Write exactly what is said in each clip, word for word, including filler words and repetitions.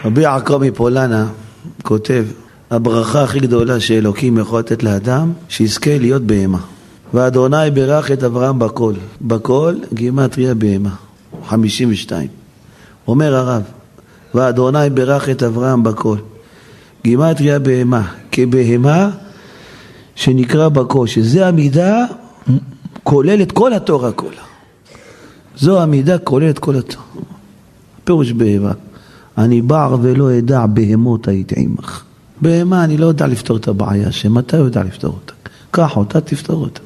רבי יעקב מפולנה כותב, הברכה הכי גדולה שאלוקים יכול לתת לאדם, שיזכה להיות בהמה. ואדוני ברך את אברהם בכל. בכל גימטריה בהמה. חמישים ושתיים. אומר הרב, ואדוני ברך את אברהם בכל. גימטריה בהמה. כבהמה שנקרא בכל. שזה המידה כולל את כל התורה כולה. זו המידה כולל את כל התורה. פירוש בהמה. אני בער ולא ידע בהמות הייתי עמך. בהמה אני לא יודע לפתור את הבעיה, שמתי יודע לפתור אותה. קח אותה, תפתור אותה.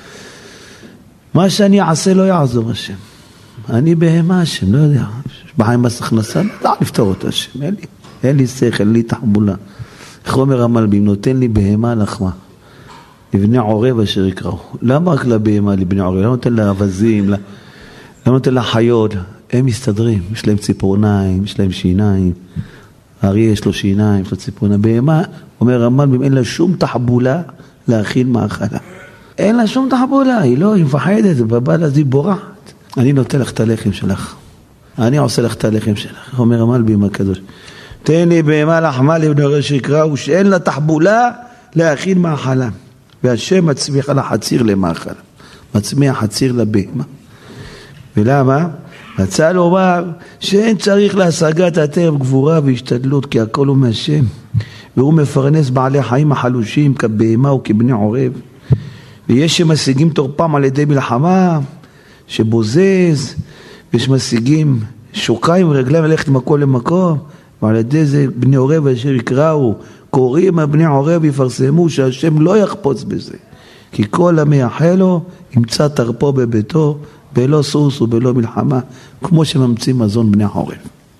מה שאני אעשה לא יעזור השם. אני בהמה השם, לא יודע. בחיים מס הכנסה, לא יודע לפתור אותה השם. אין לי, אין לי שכל, אין לי תחבולה. איך אומר המלבים, נותן לי בהמה לחמה. לבני עורב אשר יקראו. למה רק לבהמה, לבני עורב? לא נותן לה אבזים, לא נותן לה חיות. הם מסתדרים, יש להם ציפורניים, יש להם שיניים. האריה יש לו שיניים, יש לו ציפורניים. בהמה, אומר המלבים, אין לה שום תחבולה להכין מאכלה. אין לה שום תחבולה, היא לא, היא מפחדת, בבעל הזה היא בורחת. אני נותן לך את הלחם שלך. אני עושה לך את הלחם שלך. אומר המלבים הקדוש. תן לי בהמה לחמה לבני עורב אשר יקראו, שאין לה תחבולה להכין מאכלה. והשם מצמיח לה חציר למאכלה. מצמיח חציר לבהמה. ולמה? רצה לומר שאין צריך להשגת הטרף גבורה והשתדלות, כי הכל הוא מהשם. והוא מפרנס בעלי חיים החלושים כבהמה וכבני עורב. ויש שמשיגים תורפם על ידי מלחמה, שבוזז, ויש משיגים שוקיים ורגליים ללכת מקום למקום, ועל ידי זה בני עורב אשר יקראו, קוראים הבני עורב יפרסמו שהשם לא יחפוץ בזה. כי כל המייחל לו ימצא תרפו בביתו, בלא סוס ובלא מלחמה, כמו שממציא מזון בני עורב.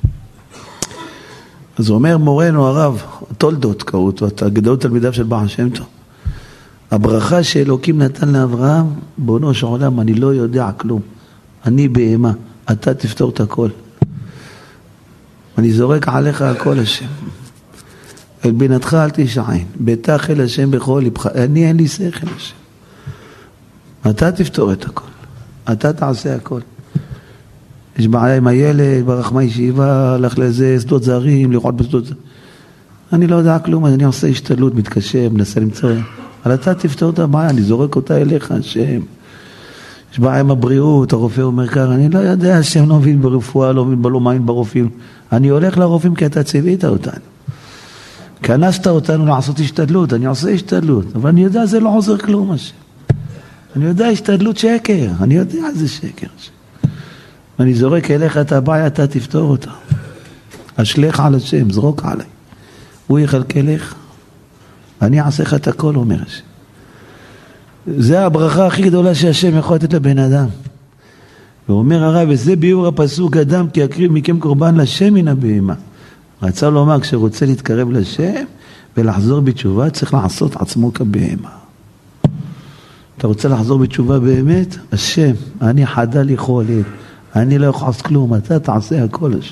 אז אומר מורנו הרב, תולדות קראו אותו, גדול תלמידיו של בעל שם טוב. הברכה שאלוקים נתן לאברהם, בונו של עולם, אני לא יודע כלום. אני בהמה, אתה תפתור את הכל. אני זורק עליך הכל השם. אל בינתך אל תשעין, ביתך אל השם בכל לבך. אני אין לי שכל השם. אתה תפתור את הכל. אתה תעשה הכל. יש בעיה עם הילד, ברחמה ישיבה, הלך לזה, שדות זרים, לראות בשדות זרים. אני לא יודע כלום, אז אני עושה השתדלות, מתקשר, מנסה למצוא. אבל אתה תפתור את הבעיה, אני זורק אותה אליך, השם. יש בעיה עם הבריאות, הרופא אומר כאן, אני לא יודע, השם לא מבין ברפואה, לא מבין בלא מים ברופאים. אני הולך לרופאים כי אתה ציווית אותנו. כנסת אותנו לעשות השתדלות, אני עושה השתדלות, אבל אני יודע, זה לא עוזר כלום, השם. אני יודע, השתדלות שקר, אני יודע, זה שקר. ואני זורק אליך את הבעיה, אתה תפתור אותה. אשלך על השם, זרוק עליי. הוא יחלקלך, ואני אעשה לך את הכל, אומר השם. זה הברכה הכי גדולה שהשם יכול לתת לבן אדם. ואומר הרב, וזה ביור הפסוק, אדם כי יקריב מכם קורבן לשם מן הבהמה. רצה לומר, כשרוצה להתקרב לשם ולחזור בתשובה, צריך לעשות עצמו כבהמה. אתה רוצה לחזור בתשובה באמת? השם, אני חדה לי חולת, אני לא יכול לעשות כלום, אתה תעשה הכל השם.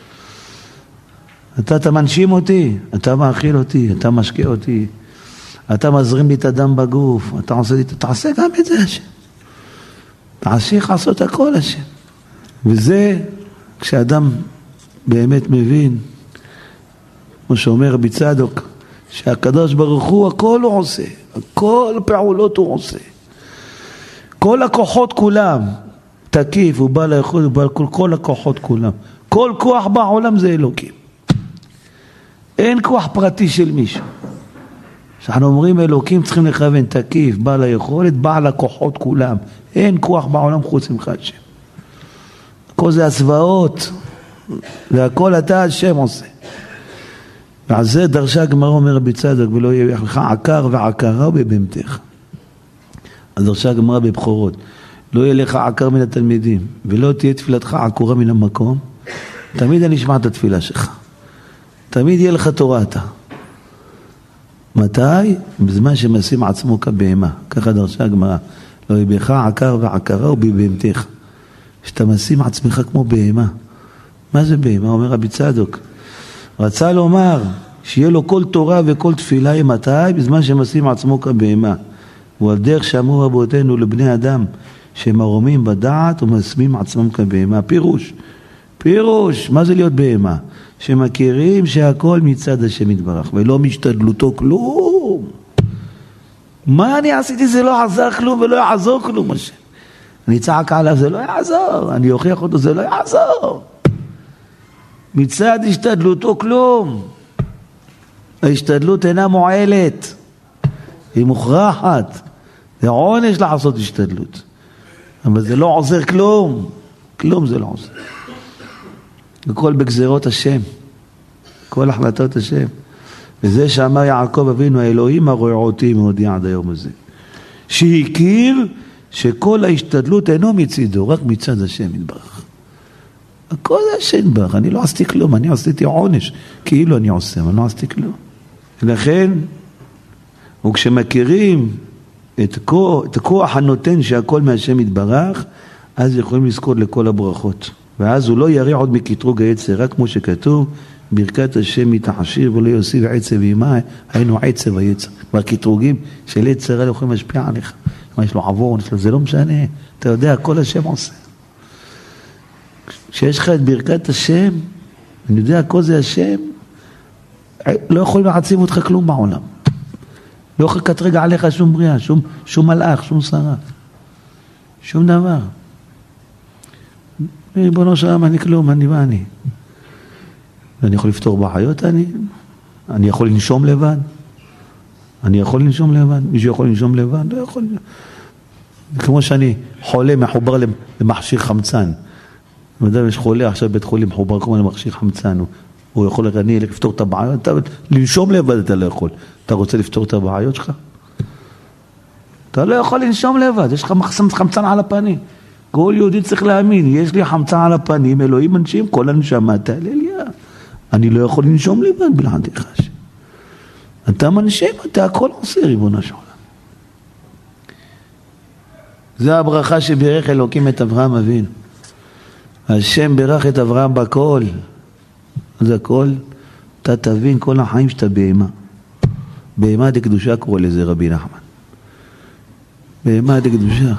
אתה, אתה מנשים אותי, אתה מאכיל אותי, אתה משקה אותי, אתה מזרים לי את הדם בגוף, אתה עושה לי, תעשה גם את זה השם. תעשיך לעשות הכל השם. וזה כשאדם באמת מבין, כמו שאומר רבי צדוק, שהקדוש ברוך הוא הכל הוא עושה, כל פעולות הוא עושה. כל הכוחות כולם, תקיף, הוא בא לאחוד, הוא בא לכל כל הכוחות כולם. כל כוח בעולם זה אלוקים. אין כוח פרטי של מישהו. כשאנחנו אומרים אלוקים צריכים לכוון תקיף, בעל היכולת, בעל הכוחות כולם. אין כוח בעולם חוץ ממך השם. כל זה הצבאות, והכל אתה השם עושה. ועל זה דרשה הגמרא אומר רבי צדוק, ולא יהיה לך עקר ועקרה בבהמתך. אז דרשה הגמרא בבחורות, לא יהיה לך עקר מן התלמידים, ולא תהיה תפילתך עקורה מן המקום, תמיד אני אשמע את התפילה שלך. תמיד יהיה לך תורה אתה. מתי? בזמן שמשים עצמו כבהמה. ככה דרשה הגמרא. לא יהיה בך עקר ועקרה ובבהמתך. שאתה משים עצמך כמו בהמה. מה זה בהמה? אומר רבי צדוק. רצה לומר שיהיה לו כל תורה וכל תפילה מתי? בזמן שמשים עצמו כבהמה. הוא על דרך שאמרו רבותינו לבני אדם שמרומים בדעת ומסמים עצמם כבהמה. פירוש. פירוש. מה זה להיות בהמה? שמכירים שהכל מצד השם יתברך, ולא משתדלותו כלום. מה אני עשיתי? זה לא עזר כלום ולא יעזור כלום. השם. אני צעק עליו, זה לא יעזור. אני אוכיח אותו, זה לא יעזור. מצד השתדלותו כלום. ההשתדלות אינה מועלת. היא מוכרחת. זה עונש לעשות השתדלות. אבל זה לא עוזר כלום. כלום זה לא עוזר. הכל בגזירות השם. כל החלטות השם. וזה שאמר יעקב אבינו, האלוהים הרואה אותי מהודיע עד היום הזה. שהכיר שכל ההשתדלות אינו מצידו, רק מצד השם יתברך. הכל זה השם יתברך. אני לא עשיתי כלום, אני עשיתי עונש. כאילו אני עושה, אבל לא עשיתי כלום. ולכן, וכשמכירים את הכוח, את הכוח הנותן שהכל מהשם יתברך, אז יכולים לזכות לכל הברכות. ואז הוא לא ירע עוד מקטרוג היצר, רק כמו שכתוב, ברכת השם מתעשיר ולא יוסיף עצב עמה, היינו עצב היצר. והקטרוגים של יצר לא יכולים להשפיע עליך. מה יש לו עבור, זה לא משנה. אתה יודע, כל השם עושה. כשיש לך את ברכת השם, אני יודע, כל זה השם, לא יכולים להציב אותך כלום בעולם. לא יכול לקטרג עליך שום בריאה, שום, שום מלאך, שום שרה. שום דבר. ריבונו של עולם, אני כלום, אני מה אני? אני יכול לפתור בעיות, אני, אני יכול לנשום לבד. אני יכול לנשום לבד. מישהו יכול לנשום לבד? לא יכול. כמו שאני חולה מחובר למכשיר חמצן. יש חולה עכשיו בית חולים מחובר כמו למכשיר חמצן. הוא יכול לרני, לפתור את הבעיות. אתה, לנשום לבד אתה לא יכול. אתה רוצה לפתור את הבעיות שלך? אתה לא יכול לנשום לבד. יש לך חמצן על הפנים. כל יהודי צריך להאמין. יש לי חמצן על הפנים. אלוהים אנשים, כל הנשמה תהלליה. אני לא יכול לנשום לבד בלעדיך. אתה מנשם, אתה הכל עושה ריבונו של עולם. זה הברכה שבירך אלוקים את אברהם אבינו. השם בירך את אברהם בכל. זה הכל. אתה תבין כל החיים שאתה בהמה. בהמה דקדושה קורא לזה רבי נחמן. בהמה דקדושה.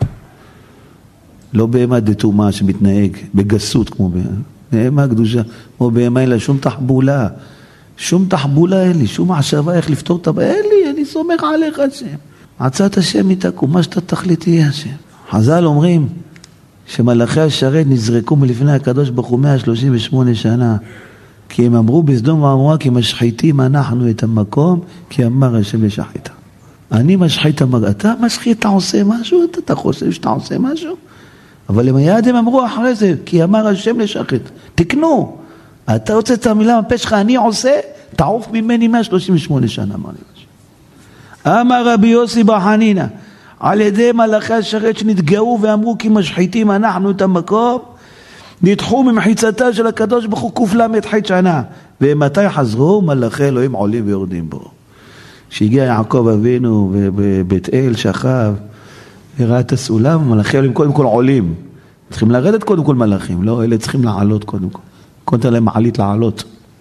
לא בהמה דתומה שמתנהג בגסות כמו בהמה. בהמה קדושה. או בהמה אין לה שום תחבולה. שום תחבולה אין לי. שום מחשבה איך לפתור את הבעיה. אין לי, אני סומך עליך השם. עצת השם יתקום. מה שאתה תחליט יהיה השם. חז"ל אומרים שמלאכי השרת נזרקו מלפני הקדוש ברוך הוא מאה שלושים ושמונה שנה. כי הם אמרו בסדום ועמורה כי משחיתים אנחנו את המקום כי אמר השם לשחית. אני משחית את המקום. אתה משחית, אתה עושה משהו? אתה, אתה חושב שאתה עושה משהו? אבל מיד הם אמרו אחרי זה כי אמר השם לשחית. תקנו. אתה רוצה את המילה מהפה שלך, אני עושה, תעוף ממני מאה שלושים ושמונה שנה. אמר לי משהו. אמר רבי יוסי בר חנינא, על ידי מלאכי השרת שנתגאו ואמרו כי משחיתים אנחנו את המקום, נדחו ממחיצתה של הקדוש ברוך הוא קוף למד חית שנה. ומתי חזרו? מלאכי אלוהים עולים ויורדים בו. שהגיע יעקב אבינו ובית אל שכב וראה את הסולם, מלאכי אלוהים קודם כל עולים. צריכים לרדת קודם כל מלאכים, לא, אלה צריכים לעלות קודם כל. קודם להם מעלית לעלות.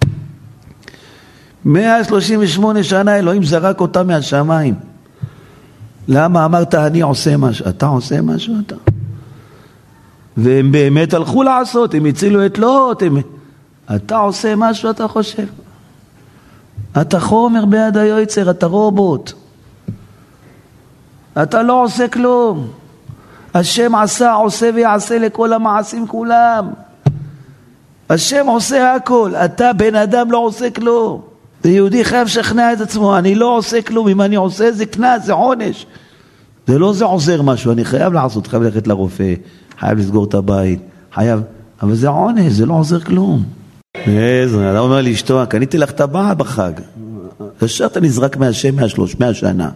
מאה שלושים ושמונה שנה אלוהים זרק אותה מהשמיים. למה? אמרת אני עושה משהו. אתה עושה משהו אתה. והם באמת הלכו לעשות, הם הצילו את לוט. הם... אתה עושה משהו אתה חושב. אתה חומר ביד היוצר, אתה רובוט. אתה לא עושה כלום. השם עשה, עושה ויעשה לכל המעשים כולם. השם עושה הכל. אתה בן אדם לא עושה כלום. יהודי חייב שכנע את עצמו. אני לא עושה כלום. אם אני עושה זה קנס, זה עונש. זה לא זה עוזר משהו. אני חייב לעשות, חייב ללכת לרופא. חייב לסגור את הבית. חייב. אבל זה עונש, זה לא עוזר כלום. איזה, אתה אומר לאשתו, קניתי לך טבעת בחג. ישר אתה נזרק מהשם מהשלוש, מהשנה.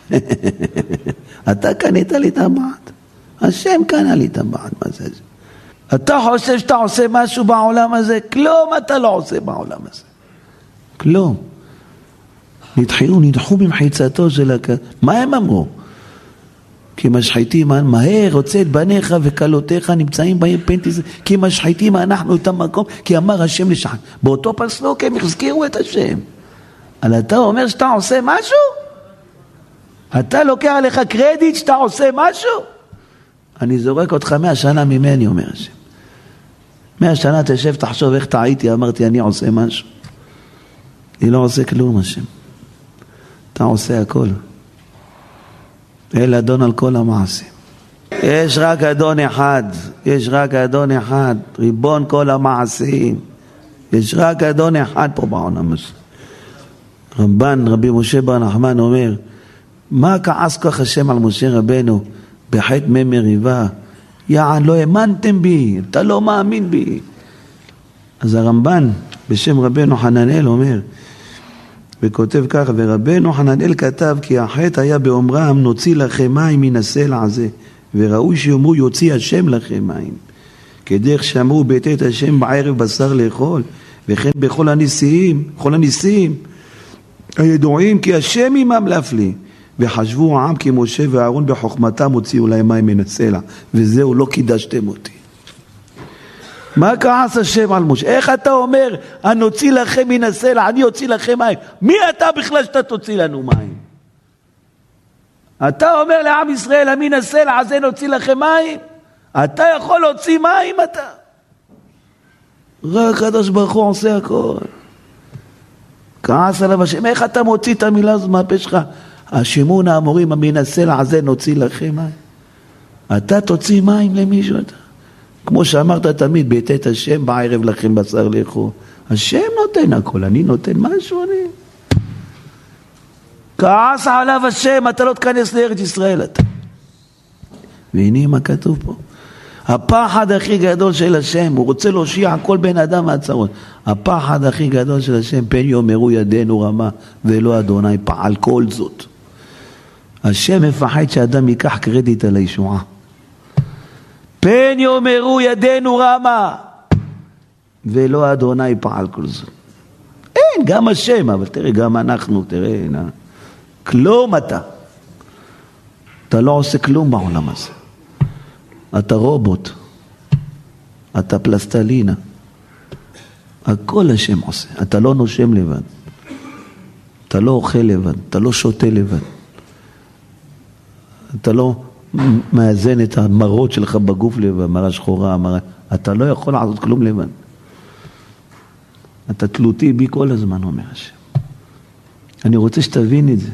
אתה קנית לי טבעת. השם קנה לי טבעת. מה זה זה? אתה חושב שאתה עושה משהו בעולם הזה? כלום אתה לא עושה בעולם הזה. כלום. נדחו, נדחו במחיצתו של הקדוש. מה הם אמרו? כי משחיתים, מהר רוצה את בניך וקלותיך נמצאים בהם פנטיס, כי משחיתים אנחנו את המקום, כי אמר השם לשחט. באותו פסוק הם הזכירו את השם. אבל אתה אומר שאתה עושה משהו? אתה לוקח עליך קרדיט שאתה עושה משהו? אני זורק אותך מאה שנה ממני, אומר השם. מאה שנה תשב, תחשוב איך טעיתי, אמרתי, אני עושה משהו. אני לא עושה כלום, השם. אתה עושה הכל. אל אדון על כל המעשים. יש רק אדון אחד, יש רק אדון אחד, ריבון כל המעשים. יש רק אדון אחד פה בעולם הזה. רמב"ן, רבי משה בר נחמן אומר, מה כעס כך השם על משה רבנו בחטא מי מריבה? יען, לא האמנתם בי, אתה לא מאמין בי. אז הרמב"ן בשם רבנו חננאל אומר, וכותב כך, ורבנו חננאל כתב כי החטא היה באומרם נוציא לכם מים מן הסלע הזה, וראוי שיאמרו יוציא השם לכם מים, כדרך שאמרו בית את השם בערב בשר לאכול, וכן בכל הניסים, כל הניסים הידועים כי השם עמם להפליא, וחשבו העם כי משה ואהרון בחוכמתם הוציאו להם מים מן הסלע, וזהו לא קידשתם אותי. מה כעס השם על משה? איך אתה אומר, אני אוציא לכם מן הסלע, אני אוציא לכם מים? מי אתה בכלל שאתה תוציא לנו מים? אתה אומר לעם ישראל, מן הסלע הזה נוציא לכם מים? אתה יכול להוציא מים אתה? רק הקדוש ברוך הוא עושה הכל. כעס עליו השם, איך אתה מוציא את המילה הזאת מהפה שלך? השימון האמורים, מן הסלע הזה נוציא לכם מים. אתה תוציא מים למישהו אתה? כמו שאמרת תמיד, בית את השם בערב לכם בשר לאכול. השם נותן הכל, אני נותן משהו אני. כעס עליו השם, אתה לא תכנס לארץ ישראל אתה. והנה מה כתוב פה. הפחד הכי גדול של השם, הוא רוצה להושיע כל בן אדם מהצרות. הפחד הכי גדול של השם, פן יאמרו ידינו רמה, ולא אדוני פעל כל זאת. השם מפחד שאדם ייקח קרדיט על הישועה. פן יאמרו ידינו רמה, ולא אדוני פעל כל זאת. אין, גם השם, אבל תראה, גם אנחנו, תראה, נה. כלום אתה. אתה לא עושה כלום בעולם הזה. אתה רובוט. אתה פלסטלינה. הכל השם עושה. אתה לא נושם לבד. אתה לא אוכל לבד. אתה לא שותה לבד. אתה לא מאזן את המרות שלך בגוף לבד, מרה שחורה, המרה. אתה לא יכול לעשות כלום לבד. אתה תלותי בי כל הזמן, אומר השם. אני רוצה שתבין את זה.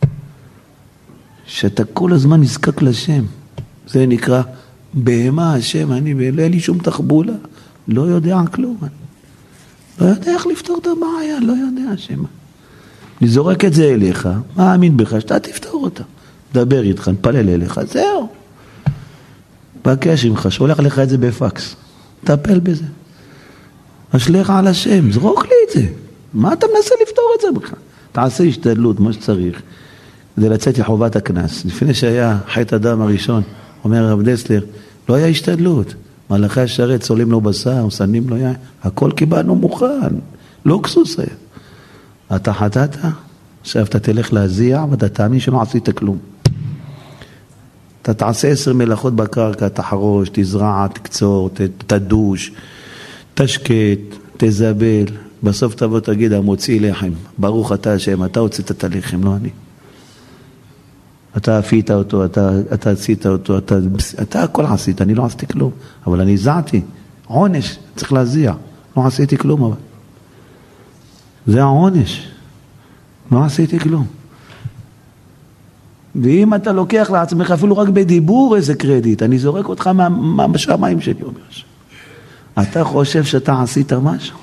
שאתה כל הזמן נזקק לשם. זה נקרא בהמה השם, אני לא לי שום תחבולה. לא יודע כלום. לא יודע איך לפתור את הבעיה, לא יודע השם. אני זורק את זה אליך, מאמין בך, שאתה תפתור אותה. דבר איתך, נפלל אליך, זהו. בקש ממך, שולח לך את זה בפקס. טפל בזה. אשליך על השם, זרוק לי את זה. מה אתה מנסה לפתור את זה בכלל? תעשה השתדלות, מה שצריך. כדי לצאת לחובת הכנס. לפני שהיה חטא הדם הראשון, אומר הרב דסלר, לא היה השתדלות. מלאכי השרת צולים לו בשר, מסנים לו יין. הכל קיבלנו מוכן. לא כסוס היה. אתה חטאת, עכשיו אתה תלך להזיע, ואתה תאמין שלא עשית כלום. אתה תעשה עשר מלאכות בקרקע, תחרוש, תזרע, תקצור, תדוש, תשקט, תזבל. בסוף תבוא תגיד, המוציא לחם. ברוך אתה השם, אתה הוצאת את הלחם, לא אני. אתה עפית אותו, אתה, אתה עשית אותו, אתה, אתה הכל עשית, אני לא עשיתי כלום. אבל אני זעתי, עונש, צריך להזיע. לא עשיתי כלום, אבל. זה העונש. לא עשיתי כלום. ואם אתה לוקח לעצמך אפילו רק בדיבור איזה קרדיט, אני זורק אותך מהשמיים שלי, אומר השם. אתה חושב שאתה עשית משהו?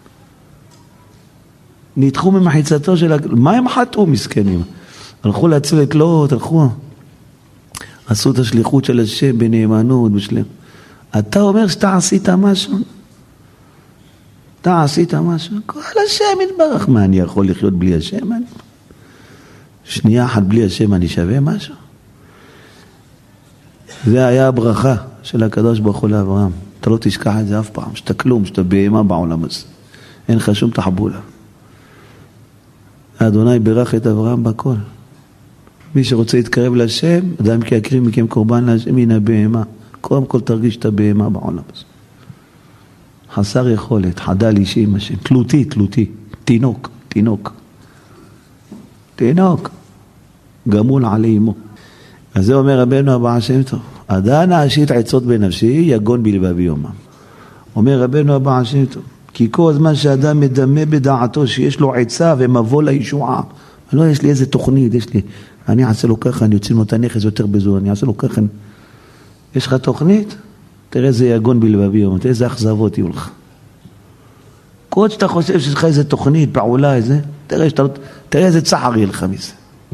ניתחו ממחיצתו של... מה הם חטאו מסכנים? הלכו להציל את לוט, הלכו, עשו את השליחות של השם בנאמנות, בשלם. אתה אומר שאתה עשית משהו? אתה עשית משהו? כל השם יתברך. מה, אני יכול לחיות בלי השם? אני... שנייה אחת בלי השם אני שווה משהו? זה היה הברכה של הקדוש ברוך הוא לאברהם. אתה לא תשכח את זה אף פעם, שאתה כלום, שאתה בהמה בעולם הזה. אין לך שום תחבולה. אדוני ברך את אברהם בכל. מי שרוצה להתקרב להשם, אדם כי יקריב מכם קורבן להשם מן הבהמה. קודם כל תרגיש את הבהמה בעולם הזה. חסר יכולת, חדל אישי עם השם. תלותי, תלותי. תינוק, תינוק. תינוק. גמול עלי אמו. אז זה אומר רבנו הבא שם טוב. עדנה אשית עצות בנפשי, יגון בלבבי יומם. אומר רבנו הבעל שם טוב, כי כל הזמן שאדם מדמה בדעתו שיש לו עצה ומבוא לישועה, לא, יש לי איזה תוכנית, יש לי, אני אעשה לו ככה, אני יוצא לו את הנכס יותר בזול, אני אעשה לו ככה, יש לך תוכנית? תראה איזה יגון בלבבי, תראה איזה אכזבות יהיו לך. כל שאתה חושב שיש לך איזה תוכנית, פעולה, איזה, תראה, שאתה, תראה איזה צער יהיה לך מזה.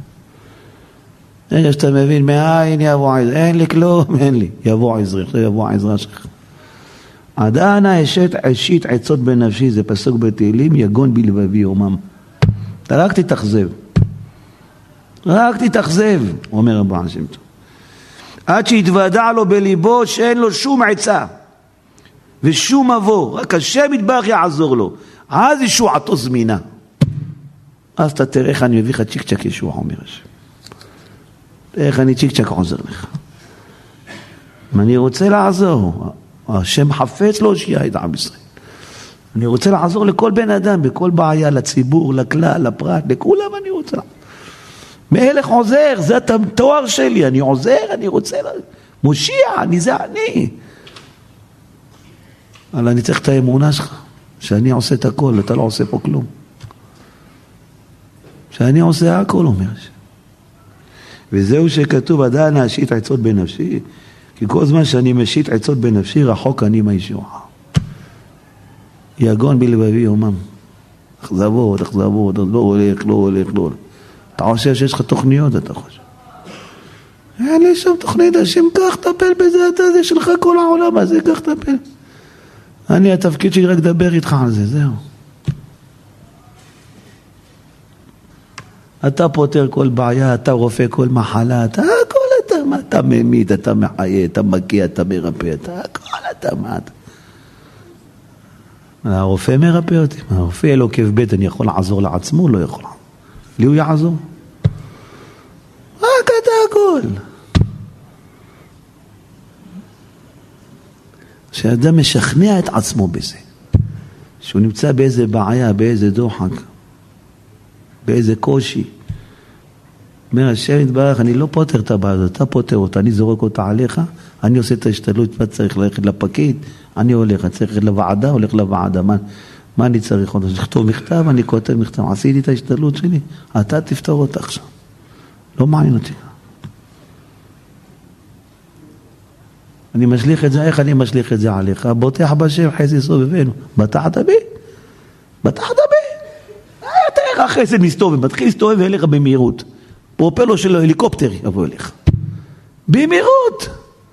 רגע שאתה מבין, מאין יבוא עזרה, אין לי כלום, אין לי, יבוא עזרה, עכשיו יבוא עזרה שלך. עד אנה אשית עצות בנפשי, זה פסוק בתהילים, יגון בלבבי יומם. אתה רק תתאכזב. רק תתאכזב, אומר הבעל שם טוב. עד שיתוודע לו בליבו שאין לו שום עצה ושום מבוא, רק השם יתברך יעזור לו. אז ישועתו זמינה. אז אתה תראה איך אני מביא לך צ'יק צ'ק ישוע, אומר השם. איך אני צ'יק צ'ק עוזר לך. אני רוצה לעזור. השם חפץ לו שיהיה את עם ישראל. אני רוצה לעזור לכל בן אדם, בכל בעיה, לציבור, לכלל, לפרט, לכולם אני רוצה. מלך עוזר, זה התואר שלי, אני עוזר, אני רוצה, מושיע, אני זה אני. אבל אני צריך את האמונה שלך, שאני עושה את הכל, אתה לא עושה פה כלום. שאני עושה הכל, אומר השם. וזהו שכתוב, עדיין אשית עצות בנפשי, כי כל זמן שאני משית עצות בנפשי, רחוק אני מהישועה. יגון בלבבי יומם. אכזבות, אכזבות, לא הולך, לא הולך, לא הולך. אתה חושב שיש לך תוכניות, אתה חושב. אין לי שום תוכנית, השם, כך תטפל בזה, אתה זה שלך כל העולם הזה, כך תטפל. אני, התפקיד שלי רק לדבר איתך על זה, זהו. אתה פותר כל בעיה, אתה רופא כל מחלה, אתה הכל אתה, מה, אתה ממית, אתה מחיה, אתה מגיע, אתה מרפא, אתה הכל אתה, מה אתה. הרופא מרפא אותי, הרופא לא כאב בית, אני יכול לעזור לעצמו, לא יכול. לי הוא יעזור. רק אתה הכל. שאדם משכנע את עצמו בזה, שהוא נמצא באיזה בעיה, באיזה דוחק, באיזה קושי. אומר, השם יתברך, אני לא פותר את הבעיה הזאת, אתה פותר אותה, אני זורק אותה עליך, אני עושה את ההשתדלות, אתה צריך ללכת לפקיד, אני הולך, אני צריך ללכת לוועדה, הולך לוועדה, מה, מה אני צריך עוד? לכתוב מכתב, אני כותב מכתב, עשיתי את ההשתדלות שלי, אתה תפתור אותה עכשיו. לא מעניין אותי. אני משליך את זה, איך אני משליך את זה עליך? בוטח בשם חסד סובבנו. בטחת בי? בטחת בי? תראה איך החסד מסתובב, מתחיל להסתובב ואליך במהירות. פרופלו של הליקופטר יבוא אליך. במהירות.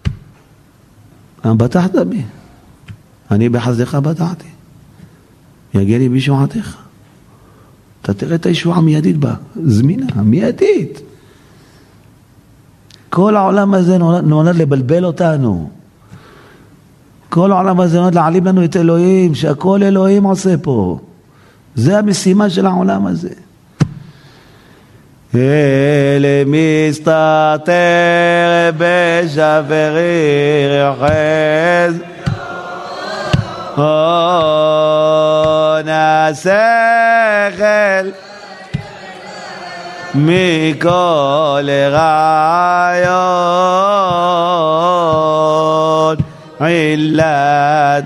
בטחת בי. אני בחסדך בטחתי. יגיע לי בישועתך. אתה תראה את הישועה מיידית בה. זמינה, מיידית. כל העולם הזה נולד, נולד לבלבל אותנו. כל העולם הזה נולד להעלים לנו את אלוהים, שהכל אלוהים עושה פה. זה המשימה של העולם הזה. אלה מסתתר בשברי רחז הון השכל מכל רעיון עילת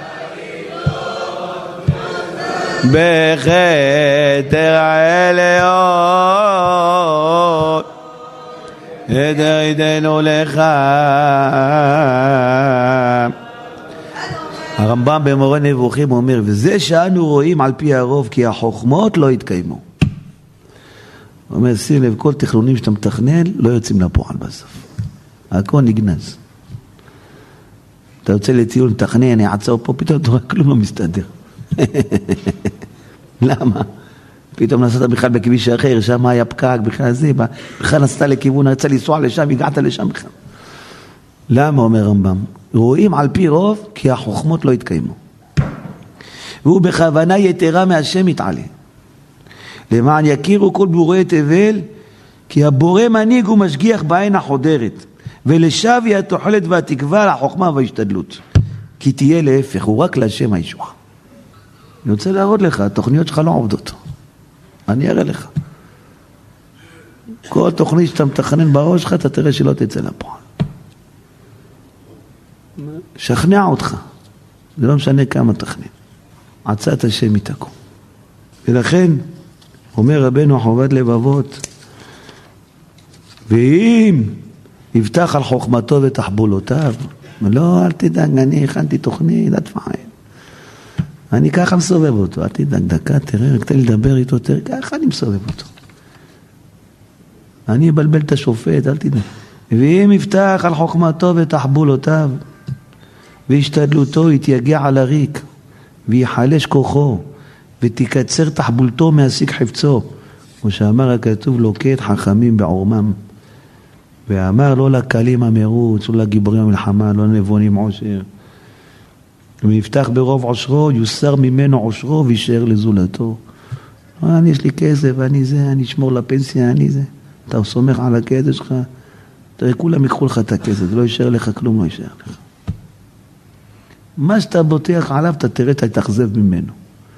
בכתר עליון ידענו לך. הרמב"ם במורה נבוכים אומר, וזה שאנו רואים על פי הרוב כי החוכמות לא התקיימו. הוא אומר, שים לב, כל תכנונים שאתה מתכנן לא יוצאים לפועל בסוף. הכל נגנז. אתה יוצא לטיול, מתכנן, יעצור פה, פתאום אתה רואה, כלום לא מסתדר. למה? פתאום נסעת בכלל בכביש אחר, שם היה פקק, בכלל זה, בכלל נסעת לכיוון, רצה לנסוע לשם, הגעת לשם בכלל. למה, אומר רמב"ם? רואים על פי רוב כי החוכמות לא התקיימו. והוא בכוונה יתרה מהשם יתעלה. למען יכירו כל בורא תבל, כי הבורא מנהיג ומשגיח בעין החודרת, ולשב היא התוחלת והתקווה לחוכמה וההשתדלות. כי תהיה להפך, הוא רק להשם הישועה. אני רוצה להראות לך, התוכניות שלך לא עובדות. אני אראה לך. כל תוכנית שאתה מתכנן בראש שלך, אתה תראה שלא תצא לפועל. שכנע אותך. זה לא משנה כמה תכנן. עצת השם היא תקום. ולכן, אומר רבנו חובת לבבות, ואם יבטח על חוכמתו ותחבולותיו, לא, אל תדאג, אני הכנתי תוכנית, אל תפחד. אני ככה מסובב אותו, אל תדאג, דקה, תראה, רק תן לי לדבר איתו, תראה, ככה אני מסובב אותו. אני אבלבל את השופט, אל תדאג. ואם יבטח על חוכמתו ותחבולותיו, והשתדלותו יתייגע על הריק, ויחלש כוחו, ותקצר תחבולתו מהשיג חפצו, כמו שאמר הכתוב, לוקט חכמים בעורמם, ואמר לא לקלים המרוץ, לא לגיבורים המלחמה, לא לנבונים עושר, ויפתח ברוב עושרו, יוסר ממנו עושרו, וישאר לזולתו. אני יש לי כסף, אני זה, אני אשמור לפנסיה, אני זה. אתה סומך על הכסף שלך, תראה, כולם יקחו לך את הכסף, לא יישאר לך כלום, לא יישאר לך. מה שאתה בוטח עליו, אתה תראה, אתה תחזב ממנו.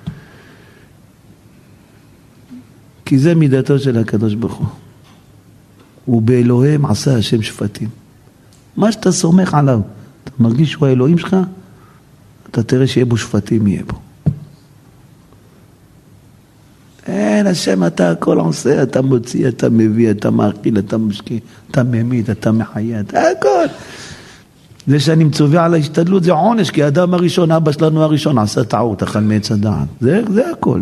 כי זה מידתו של הקדוש ברוך הוא. ובאלוהים עשה השם שפטים. מה שאתה סומך עליו, אתה מרגיש שהוא האלוהים שלך, אתה תראה שיהיה בו שפטים, יהיה בו. אין, השם אתה הכל עושה, אתה מוציא, אתה מביא, אתה מאכיל, אתה משקיע, אתה ממית, אתה מחיה, אתה הכל. זה שאני מצווה על ההשתדלות זה עונש, כי האדם הראשון, אבא שלנו הראשון, עשה טעות, אכל מעץ הדעת. זה, זה הכל.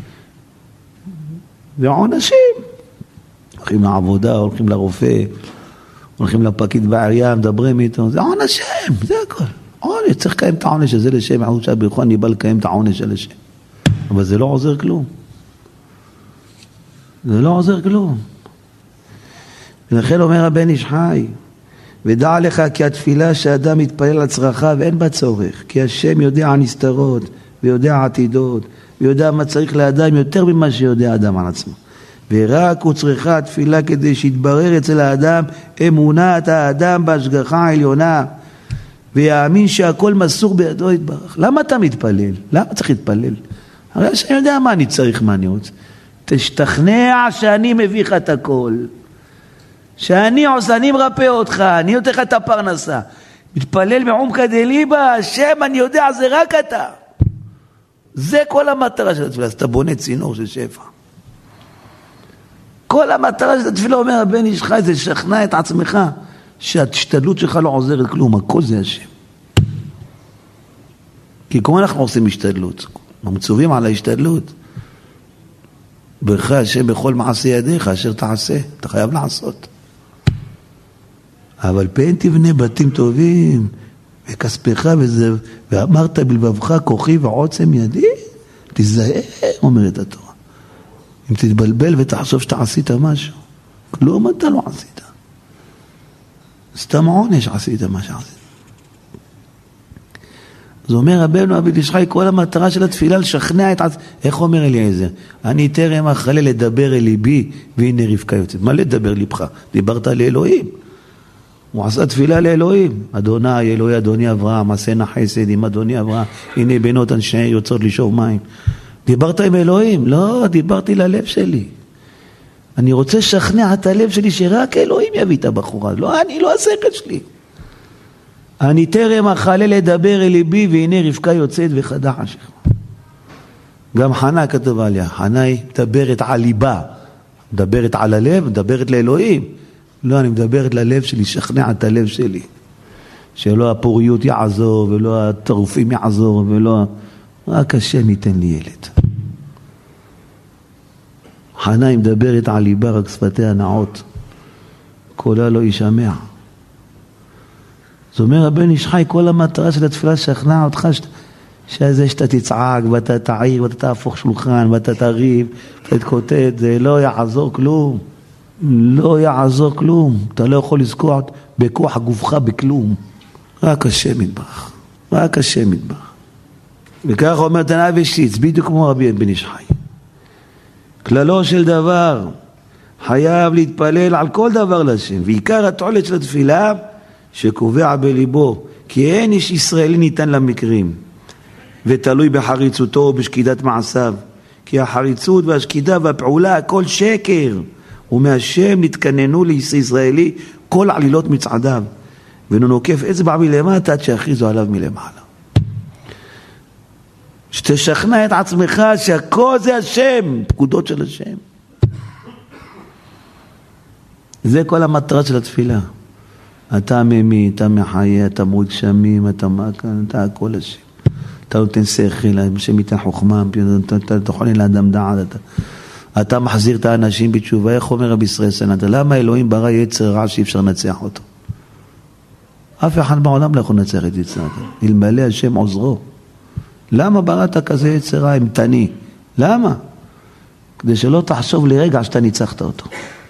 זה עונשים. הולכים לעבודה, הולכים לרופא, הולכים לפקיד בעירייה, מדברים איתו, זה עונשים, זה הכל. עונש, צריך לקיים את העונש הזה לשם, ערוץ שהבירכו, אני בא לקיים את העונש של השם. אבל זה לא עוזר כלום. זה לא עוזר כלום. ולכן אומר הבן איש חי, ודע לך כי התפילה שאדם מתפלל על צרכיו אין בה צורך, כי השם יודע הנסתרות ויודע עתידות, ויודע מה צריך לאדם יותר ממה שיודע אדם על עצמו. ורק הוא צריכה התפילה כדי שיתברר אצל האדם אמונת האדם בהשגחה העליונה, ויאמין שהכל מסור בידו יתברך. למה אתה מתפלל? למה צריך להתפלל? הרי שאני יודע מה אני צריך, מה אני רוצה. תשתכנע שאני מביא לך את הכל. שאני עושה, אני מרפא אותך, אני נותן לך את הפרנסה. מתפלל מעומקא דליבא, השם אני יודע זה רק אתה. זה כל המטרה של התפילה, אז אתה בונה צינור של שפע. כל המטרה של התפילה, אומר הבן איש חי, זה לשכנע את עצמך, שההשתדלות שלך לא עוזרת כלום, הכל זה השם. כי כמו אנחנו עושים השתדלות, אנחנו מצווים על ההשתדלות. ברך השם בכל מעשה ידיך, אשר תעשה, אתה חייב לעשות. אבל פן תבנה בתים טובים, וכספך וזה, ואמרת בלבבך כוחי ועוצם ידי, תזהה, אומרת התורה. אם תתבלבל ותחשוב שאתה עשית משהו, כלום אתה לא עשית. סתם עונש עשית מה שעשית. אז אומר רבנו הבן איש חי, כל המטרה של התפילה לשכנע את עצמך. איך אומר אליעזר? אני תרם אחלה לדבר אל ליבי, והנה רבקה יוצאת. מה לדבר ליבך? דיברת לאלוהים. הוא עשה תפילה לאלוהים. אדוני, אלוהי אדוני אברהם, עשנה חסד עם אדוני אברהם, הנה בנות אנשי יוצאות לשאוב מים. דיברת עם אלוהים? לא, דיברתי ללב שלי. אני רוצה לשכנע את הלב שלי שרק אלוהים יביא את הבחורה. לא, אני לא השכל שלי. אני תרם אחלה לדבר אל ליבי, והנה רבקה יוצאת וחדה חשך. גם חנה כתוב עליה, חנה היא מדברת על ליבה, מדברת על הלב, מדברת לאלוהים. לא, אני מדברת ללב שלי, שכנע את הלב שלי. שלא הפוריות יעזור, ולא הטרופים יעזור, ולא... רק השם ייתן לי ילד. חנה היא מדברת על ליבה, רק שפתיה נעות. קולה לא יישמע. זאת אומרת, הבן איש חי, כל המטרה של התפילה שכנע אותך, שזה שאתה תצעק, ואתה תעיר, ואתה תהפוך שולחן, ואתה תריב, ואתה תקוטט, זה לא יעזור כלום. לא יעזור כלום. אתה לא יכול לזכוע בכוח גופך בכלום. רק השם יתברך. רק השם יתברך. וכך אומר תנא ושיץ, בדיוק כמו רבי בן איש חי. כללו של דבר, חייב להתפלל על כל דבר לשם. ועיקר התועלת של התפילה, שקובע בליבו, כי אין איש ישראלי ניתן למקרים, ותלוי בחריצותו ובשקידת מעשיו, כי החריצות והשקידה והפעולה הכל שקר, ומהשם נתכננו לישראלי כל עלילות מצעדיו, ונוקף אצבע מלמטה עד שיכריזו עליו מלמעלה. שתשכנע את עצמך שהכל זה השם, פקודות של השם. זה כל המטרה של התפילה. אתה ממית, אתה מחיה, אתה מוריד גשמים, אתה מכאן, אתה הכל השם. אתה נותן שכל, השם ייתן חוכמה, אתה תוכלי לאדם דעת, אתה, אתה מחזיר את האנשים בתשובה. איך אומר רבי ישראל סנדרה? למה אלוהים ברא יצר רע שאי אפשר לנצח אותו? אף אחד בעולם לא יכול לנצח את יצר רע, אלמלא השם עוזרו. למה בראת כזה יצר רע אימתני? למה? כדי שלא תחשוב לרגע שאתה ניצחת אותו.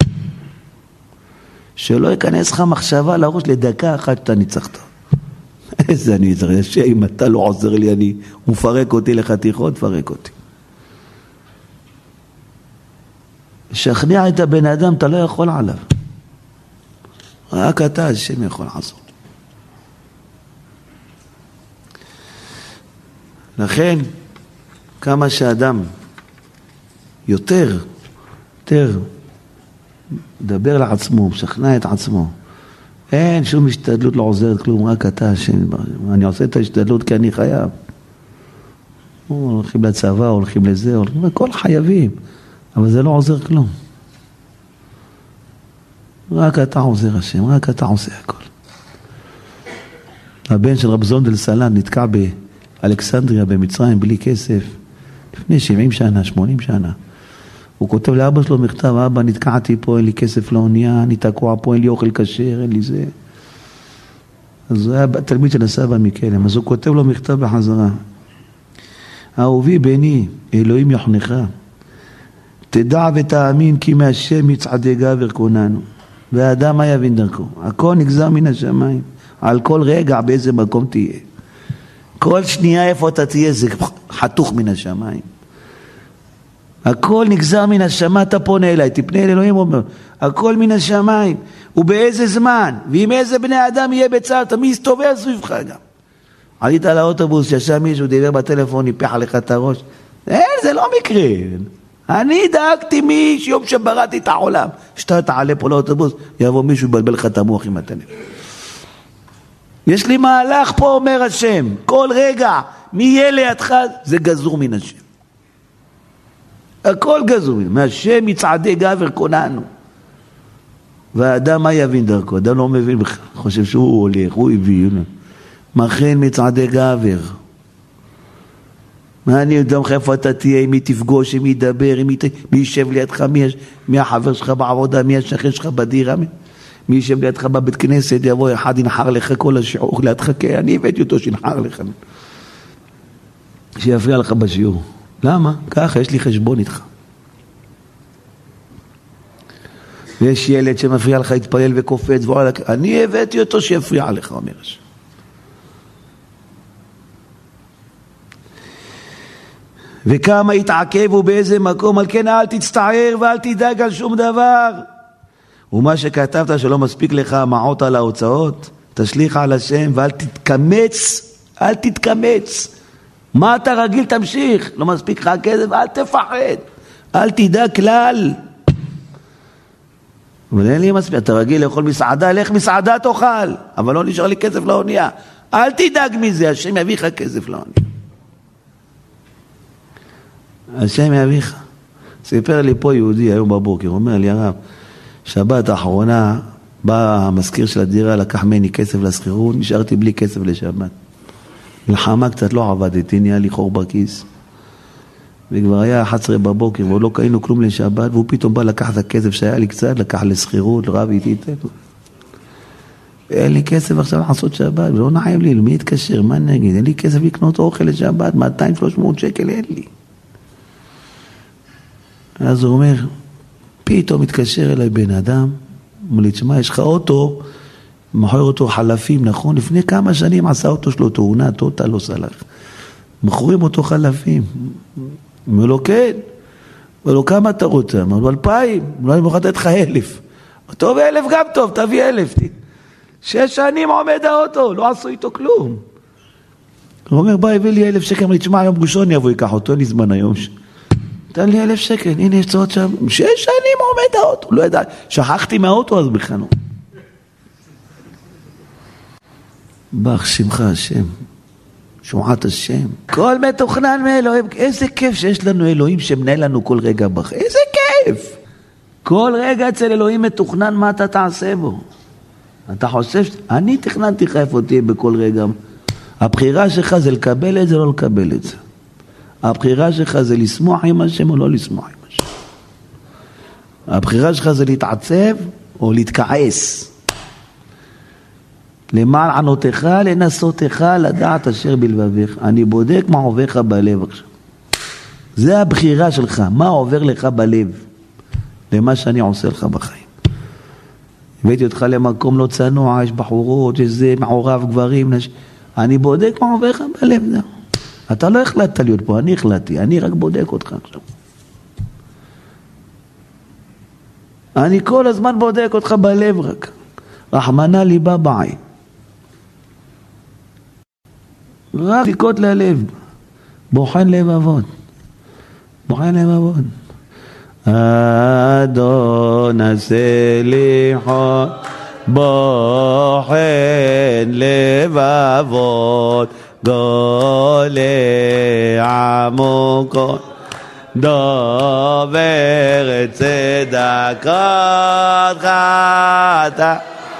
שלא ייכנס לך מחשבה לראש לדקה אחת שאתה ניצחת. איזה אני אתראה, אם אתה לא עוזר לי, אני, הוא מפרק אותי לחתיכות, פרק אותי. שכנע את הבן אדם, אתה לא יכול עליו. רק אתה, השם יכול לעזור. לכן, כמה שאדם יותר, יותר, מדבר לעצמו, משכנע את עצמו. אין שום השתדלות לא עוזרת כלום, רק אתה השם. אני עושה את ההשתדלות כי אני חייב. הולכים לצבא, הולכים לזה, הולכים, הכל חייבים. אבל זה לא עוזר כלום. רק אתה עוזר השם, רק אתה עושה הכל. הבן של רב זונדל סלן נתקע באלכסנדריה במצרים בלי כסף. לפני שבעים שנה, שמונים שנה. הוא כותב לאבא שלו מכתב, אבא נתקעתי פה, אין לי כסף לאונייה, אני תקוע פה, אין לי אוכל כשר, אין לי זה. אז זה היה תלמיד של הסבא מקלם, אז הוא כותב לו מכתב בחזרה. אהובי בני, אלוהים יחנך, תדע ותאמין כי מהשם יצעדי גבר כוננו, והאדם מה יבין דרכו. הכל נגזר מן השמיים, על כל רגע באיזה מקום תהיה. כל שנייה איפה אתה תהיה זה חתוך מן השמיים. הכל נגזר מן השמיים, אתה פונה אליי, תפנה אל אלוהים, אומר, הכל מן השמיים, ובאיזה זמן, ואם איזה בני אדם יהיה בצער, אתה מי יסתובב סביבך גם. עלית על האוטובוס, שישב מישהו, דיבר בטלפון, ניפח לך את הראש. אין, זה לא מקרה. אני דאגתי מי שיום שבראתי את העולם. שאתה תעלה פה לאוטובוס, יבוא מישהו ובלבל לך את המוח עם הטלפון. יש לי מהלך פה, אומר השם, כל רגע, מי יהיה לידך, זה גזור מן השם. הכל גזור, מהשם יצעדי גבר כוננו. והאדם מה יבין דרכו? אדם לא מבין בכלל, חושב שהוא הולך, הוא הביא, מכן מצעדי גבר. מה אני יודע לך איפה אתה תהיה, מי תפגוש, מי ידבר, מי, מי יישב לידך, מי, מי החבר שלך בעבודה, מי השכן שלך בדירה, מי, מי יישב לידך בבית כנסת, יבוא אחד ינחר לך כל השיעור לידך, כי אני הבאתי אותו שינחר לך, שיפריע לך בשיעור. למה? ככה, יש לי חשבון איתך. ויש ילד שמפריע לך, יתפלל וקופץ, אני הבאתי אותו שיפריע לך, אומר השם. וכמה יתעכב ובאיזה מקום, על כן אל תצטער ואל תדאג על שום דבר. ומה שכתבת שלא מספיק לך מעות על ההוצאות, תשליך על השם ואל תתקמץ, אל תתקמץ. מה אתה רגיל תמשיך, לא מספיק לך כסף, אל תפחד, אל תדאג כלל. אבל אין לי מספיק, אתה רגיל לאכול מסעדה, לך מסעדה תאכל, אבל לא נשאר לי כסף לאונייה. אל תדאג מזה, השם יביא לך כסף לאונייה. השם יביך. סיפר לי פה יהודי היום בבוקר, אומר לי הרב, שבת האחרונה בא המזכיר של הדירה, לקח ממני כסף לסחירות, נשארתי בלי כסף לשבת. מלחמה קצת לא עבדתי, נהיה לי חור בכיס. וכבר היה אחת עשרה בבוקר, ועוד לא קיינו כלום לשבת, והוא פתאום בא לקח את הכסף שהיה לי קצת, לקח לסחירות, רב איתי איתנו. אין לי כסף עכשיו לעשות שבת, ולא נעים לי, מי יתקשר, מה נגיד? אין לי כסף לקנות אוכל לשבת, מאתיים שלוש מאות שקל אין לי. אז הוא אומר, פתאום מתקשר אליי בן אדם, אומר לי, תשמע, יש לך אוטו, מוכר אותו חלפים, נכון? לפני כמה שנים עשה אוטו שלו תאונה, טוטה לא סלח. מוכרים אותו חלפים. אומר לו, כן. אומר לו, כמה אתה רוצה? אומר לו, אלפיים. אולי אני מוכר לתת לך אלף. טוב, אלף גם טוב, תביא אלף. שש שנים עומד האוטו, לא עשו איתו כלום. הוא אומר, בא, הביא לי אלף שקל, אמר לי, תשמע, היום גושון יבוא, ייקח אותו, אין לי זמן היום. תן לי אלף שקל, הנה יש צעות שם, שש שנים עומד האוטו, לא ידע, שכחתי מהאוטו אז בכנו. בח שמך השם, שועת השם. כל מתוכנן מאלוהים. איזה כיף שיש לנו אלוהים שמנהל לנו כל רגע בחיים. איזה כיף. כל רגע אצל אלוהים מתוכנן מה אתה תעשה בו. אתה חושב, אני תכננתי לך איפה תהיה בכל רגע. הבחירה שלך זה לקבל את זה, לא לקבל את זה. הבחירה שלך זה לשמוח עם השם או לא לשמוח עם השם. הבחירה שלך זה להתעצב או להתכעס. למען ענותך, לנסותך, לדעת אשר בלבביך. אני בודק מה עובר לך בלב עכשיו. זה הבחירה שלך, מה עובר לך בלב. למה שאני עושה לך בחיים. הבאתי אותך למקום לא צנוע, יש בחורות, יש זה מעורב גברים, נש... אני בודק מה עובר לך בלב. זה. אתה לא החלטת להיות פה, אני החלטתי, אני רק בודק אותך עכשיו. אני כל הזמן בודק אותך בלב רק. רחמנא ליבא בעין. רק בדיקות ללב. בוחן לבבות. בוחן לבבות. אדון הסליחות בוחן לבבות גולה עמוקות דובר צדקות חטא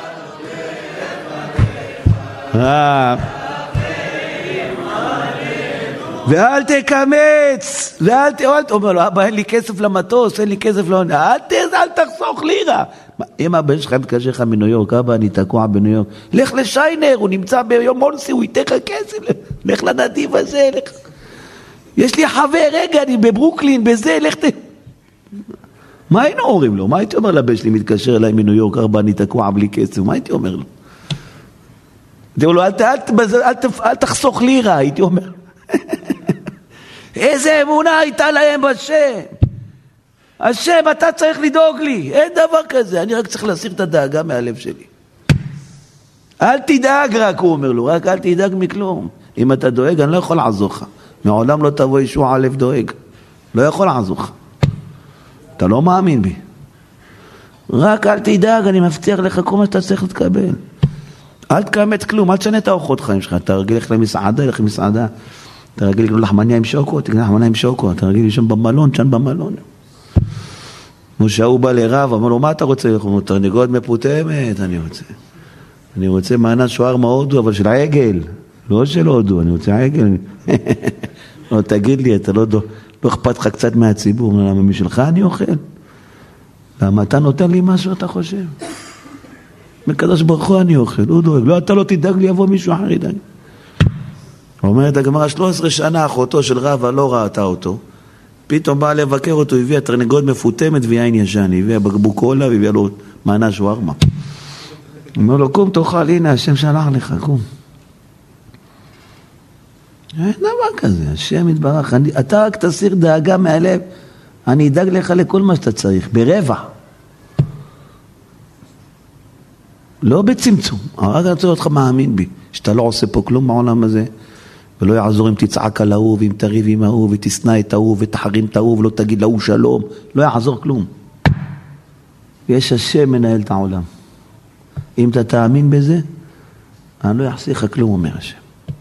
ואל תקמץ, ואל ת... אומר לו, אבא, אין לי כסף למטוס, אין לי כסף לעונה, אל, ת... אל תחסוך לירה. אם הבן שלך מתקשר לך מניו יורק, אבא, אני תקוע בניו יורק, לך לשיינר, הוא נמצא ביום מונסי, הוא ייתן לך כסף, לך לנתיב הזה, לך. יש לי חבר, רגע, אני בברוקלין, בזה, לך ת... מה היינו אומרים לו? מה הייתי אומר לבן שלי, מתקשר אליי מניו יורק, אבא, אני תקוע בלי כסף, מה הייתי אומר לו? תראו לו, אל, אל, אל, אל, אל תחסוך לירה, הייתי אומר לו. איזה אמונה הייתה להם בשם. השם, אתה צריך לדאוג לי, אין דבר כזה, אני רק צריך להסיר את הדאגה מהלב שלי. אל תדאג רק, הוא אומר לו, רק אל תדאג מכלום. אם אתה דואג, אני לא יכול לעזור לך. מעולם לא תבוא ישוע הלב דואג, לא יכול לעזור לך. אתה לא מאמין בי. רק אל תדאג, אני מבטיח לך כל מה שאתה צריך לקבל. אל תקמת כלום, אל תשנה את האורחות חיים שלך, אתה רגיל לך למסעדה, לך למסעדה. אתה רגיל לקנות לחמניה עם שוקו, תקנה לחמניה עם שוקו, אתה רגיל לישון במלון, תשן במלון. משה הוא בא לרב, אמר לו, מה אתה רוצה? הוא אומר, תרנגולת מפותמת, אני רוצה. אני רוצה מענה שוער מהודו, אבל של העגל, לא של הודו, אני רוצה עגל. לא, תגיד לי, אתה לא, לא אכפת לך קצת מהציבור, למה משלך אני אוכל? למה אתה נותן לי משהו, אתה חושב? מקדוש ברוך הוא אני אוכל, הוא דואג, לא, אתה לא תדאג לי, יבוא מישהו אחר ידאג. אומרת הגמרא, שלוש עשרה שנה אחותו של רבא לא ראתה אותו, פתאום באה לבקר אותו, הביאה תרנגולת מפותמת ויין ישן, הביאה בקבוק קולה והביאה לו מענה שווארמה. אומר לו, קום תאכל, הנה השם שלח לך, קום. אין דבר כזה, השם יתברך, אני, אתה רק תסיר דאגה מהלב, אני אדאג לך לכל מה שאתה צריך, ברבע. לא בצמצום, רק אני רוצה אותך מאמין בי, שאתה לא עושה פה כלום בעולם הזה, ולא יעזור אם תצעק על ההוא, ואם תריב עם ההוא, ותסנע את ההוא, ותחרים את ההוא, ולא תגיד להוא שלום, לא יעזור כלום. יש השם מנהל את העולם. אם אתה תאמין בזה, אני לא יחסיר לך כלום, אומר השם.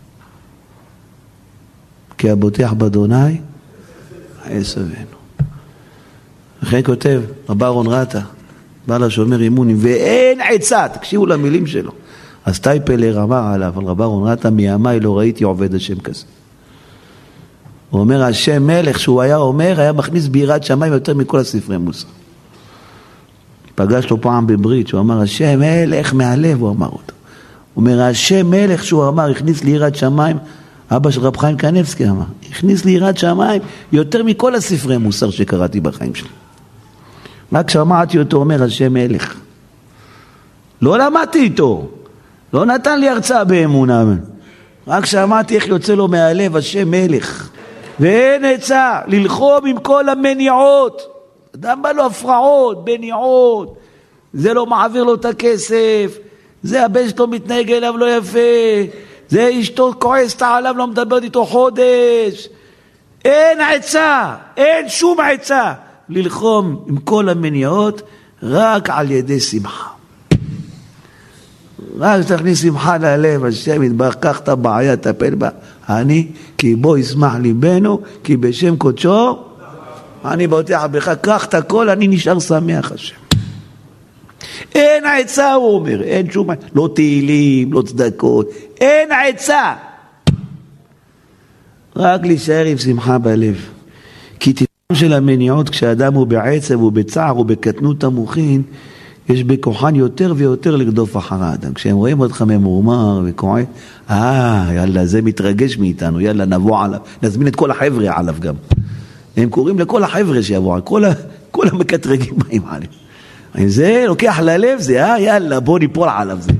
כי הבוטח באדוני, יסבנו. לכן כותב, רב אהרון רטה, בעל השומר אימונים, ואין עצה, תקשיבו למילים שלו. אז טייפלר אמר עליו, על רב אהרון רטה, מימיי לא ראיתי עובד השם כזה. הוא אומר, השם מלך שהוא היה אומר, היה מכניס ביראת שמיים יותר מכל הספרי מוסר. פגש לו פעם בברית, שהוא אמר, השם מלך מהלב, הוא אמר אותו. הוא אומר, השם מלך שהוא אמר, הכניס לי יראת שמיים, אבא של רב חיים קנבסקי אמר, הכניס לי יראת שמיים יותר מכל הספרי מוסר שקראתי בחיים שלי. רק שמעתי אותו אומר, השם מלך. לא למדתי איתו. לא נתן לי הרצאה באמונה. רק שמעתי איך יוצא לו מהלב, השם מלך. ואין עצה ללחום עם כל המניעות. אדם בא לו הפרעות, בניעות. זה לא מעביר לו את הכסף. זה הבן שלו מתנהג אליו לא יפה. זה אשתו כועסת עליו, לא מדברת איתו חודש. אין עצה, אין שום עצה ללחום עם כל המניעות, רק על ידי שמחה. רק תכניס שמחה ללב, השם יתברך, קח את הבעיה, תטפל בה. אני, כי בו ישמח ליבנו, כי בשם קודשו, אני בוטח בך, קח את הכל, אני נשאר שמח השם. אין עצה, הוא אומר, אין שום, לא תהילים, לא צדקות, אין עצה. רק להישאר עם שמחה בלב. כי טבעם של המניעות, כשאדם הוא בעצב, הוא בצער, הוא בקטנות המוחין, יש בכוחן יותר ויותר לרדוף אחר האדם. כשהם רואים אותך ממורמר וכועס, אה, יאללה, זה מתרגש מאיתנו, יאללה, נבוא עליו, נזמין את כל החבר'ה עליו גם. הם קוראים לכל החבר'ה שיבואו, כל, ה, כל המקטרגים באים עליהם. זה לוקח ללב, זה, אה, יאללה, בוא ניפול עליו זה.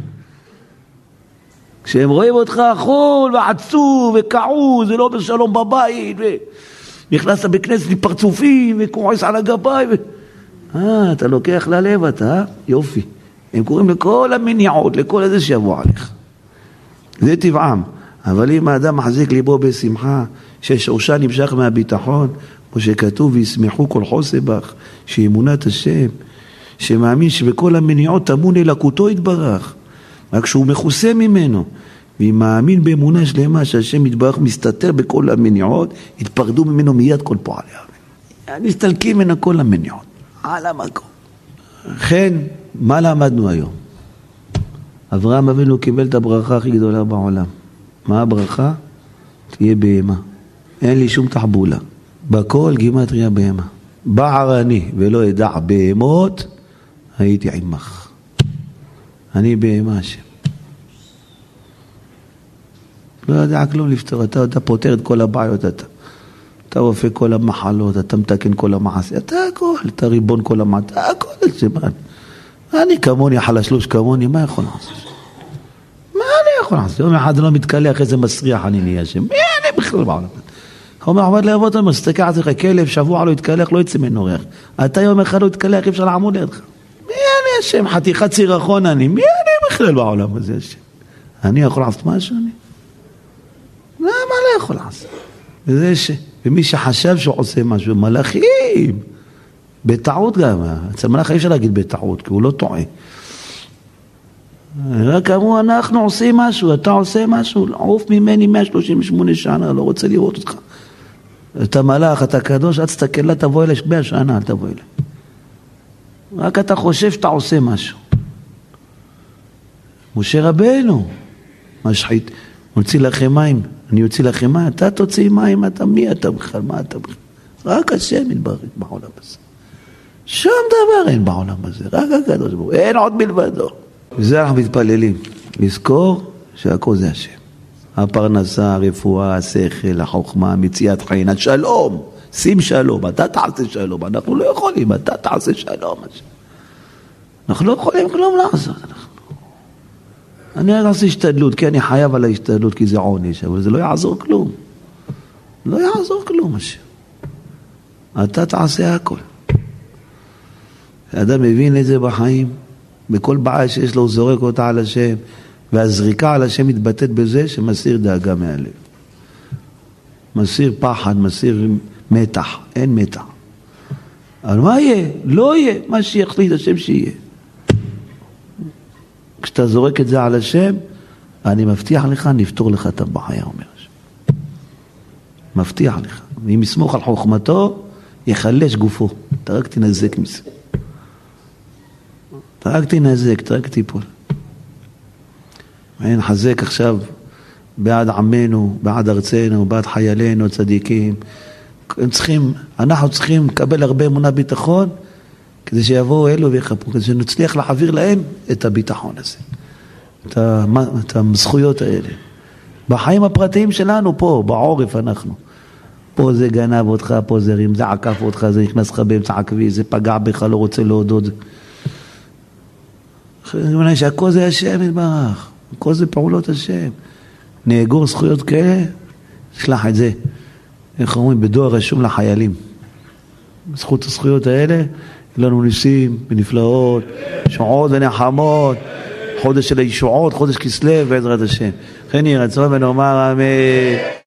כשהם רואים אותך חול ועצוב וכעוז ולא בשלום בבית, ונכנסת בכנסת לפרצופים וכועס על הגביים, ו... אה, אתה לוקח ללב, אתה, יופי. הם קוראים לכל המניעות, לכל איזה שיבוא עליך. זה טבעם. אבל אם האדם מחזיק ליבו בשמחה, ששורשה נמשך מהביטחון, כמו שכתוב, וישמחו כל חוסה בך, שאמונת השם, שמאמין שבכל המניעות תמון אלוקותו יתברך, רק שהוא מכוסה ממנו, ואם מאמין באמונה שלמה שהשם יתברך מסתתר בכל המניעות, יתפרדו ממנו מיד כל פועליה. נסתלקים ממנו כל המניעות. על המקום. כן, מה למדנו היום? אברהם אבינו קיבל את הברכה הכי גדולה בעולם. מה הברכה? תהיה בהמה. אין לי שום תחבולה. בכל גימטריה בהמה. בער אני ולא ידע בהמות, הייתי עמך. אני בהמה השם. לא יודע כלום לפתור. אתה, אתה פותר את כל הבעיות, אתה. אתה רופא כל המחלות, אתה מתקן כל המעשה, אתה הכל, אתה ריבון כל המעשה, אתה הכל הזמן. אני כמוני, חלשלוש כמוני, מה יכול לעשות? מה אני יכול לעשות? יום אחד לא מתקלח, איזה מסריח אני נהיה שם. מי אני בכלל בעולם? הוא אומר, עמד לאבות, הוא מסתכל על זה, כלב, שבוע לא יתקלח, לא יצא ממנו ריח. אתה יום אחד לא יתקלח, אפשר לעמוד לידך. מי אני השם? חתיכת סירחון אני. מי אני בכלל בעולם הזה השם? אני יכול לעשות משהו? אני? מה, מה לא יכול לעשות? וזה ש... ומי שחשב שהוא עושה משהו, מלאכים, בטעות גם, אצל מלאך אי אפשר להגיד בטעות, כי הוא לא טועה. רק אמרו, אנחנו עושים משהו, אתה עושה משהו, עוף ממני מאה שלושים ושמונה שנה, לא רוצה לראות אותך. אתה מלאך, אתה קדוש, אל תסתכל לה, תבוא אליי מאה שנה, אל תבוא אליי. רק אתה חושב שאתה עושה משהו. משה רבנו, משחית, מוציא לכם מים, אני יוציא לכם מים, אתה תוציא מים, אתה מי אתה בכלל, מה אתה בכלל? רק השם יתברך בעולם הזה. שום דבר אין בעולם הזה, רק הקדוש ברוך הוא, אין עוד מלבדו. וזה אנחנו מתפללים, לזכור שהכל זה השם. הפרנסה, הרפואה, השכל, החוכמה, מציאת חיים, השלום, שים שלום, אתה תעשה שלום, אנחנו לא יכולים, אתה תעשה שלום. אנחנו לא יכולים כלום לעשות, אנחנו. אני אעשה השתדלות, כי אני חייב על ההשתדלות, כי זה עונש, אבל זה לא יעזור כלום. לא יעזור כלום, השם. אתה תעשה הכל. האדם מבין את זה בחיים, בכל בעיה שיש לו, הוא זורק אותה על השם, והזריקה על השם מתבטאת בזה שמסיר דאגה מהלב. מסיר פחד, מסיר מתח, אין מתח. אבל מה יהיה? לא יהיה, מה שיחליט השם שיהיה. כשאתה זורק את זה על השם, אני מבטיח לך, נפתור לך את הבעיה, אומר השם. מבטיח לך. אם יסמוך על חוכמתו, יחלש גופו. אתה רק תנזק מזה. אתה רק תנזק, אתה רק תיפול. נחזק עכשיו בעד עמנו, בעד ארצנו, בעד חיילינו, צדיקים. הם צריכים, אנחנו צריכים לקבל הרבה אמונה ביטחון, כדי שיבואו אלו ויחפו, כדי שנצליח להעביר להם את הביטחון הזה, את, ה, את הזכויות האלה. בחיים הפרטיים שלנו פה, בעורף אנחנו. פה זה גנב אותך, פה זה רים, זה עקף אותך, זה נכנס לך באמצע עקבי, זה פגע בך, לא רוצה להודות. אני אומר שהכל זה השם יתברך, הכל זה פעולות השם. נאגור זכויות כאלה, שלח את זה. איך אומרים? בדואר רשום לחיילים. זכות הזכויות האלה, לנו ניסים ונפלאות, שועות ונחמות, חודש של הישועות, חודש כסלו בעזרת השם. כן יהיה רצון ונאמר אמן.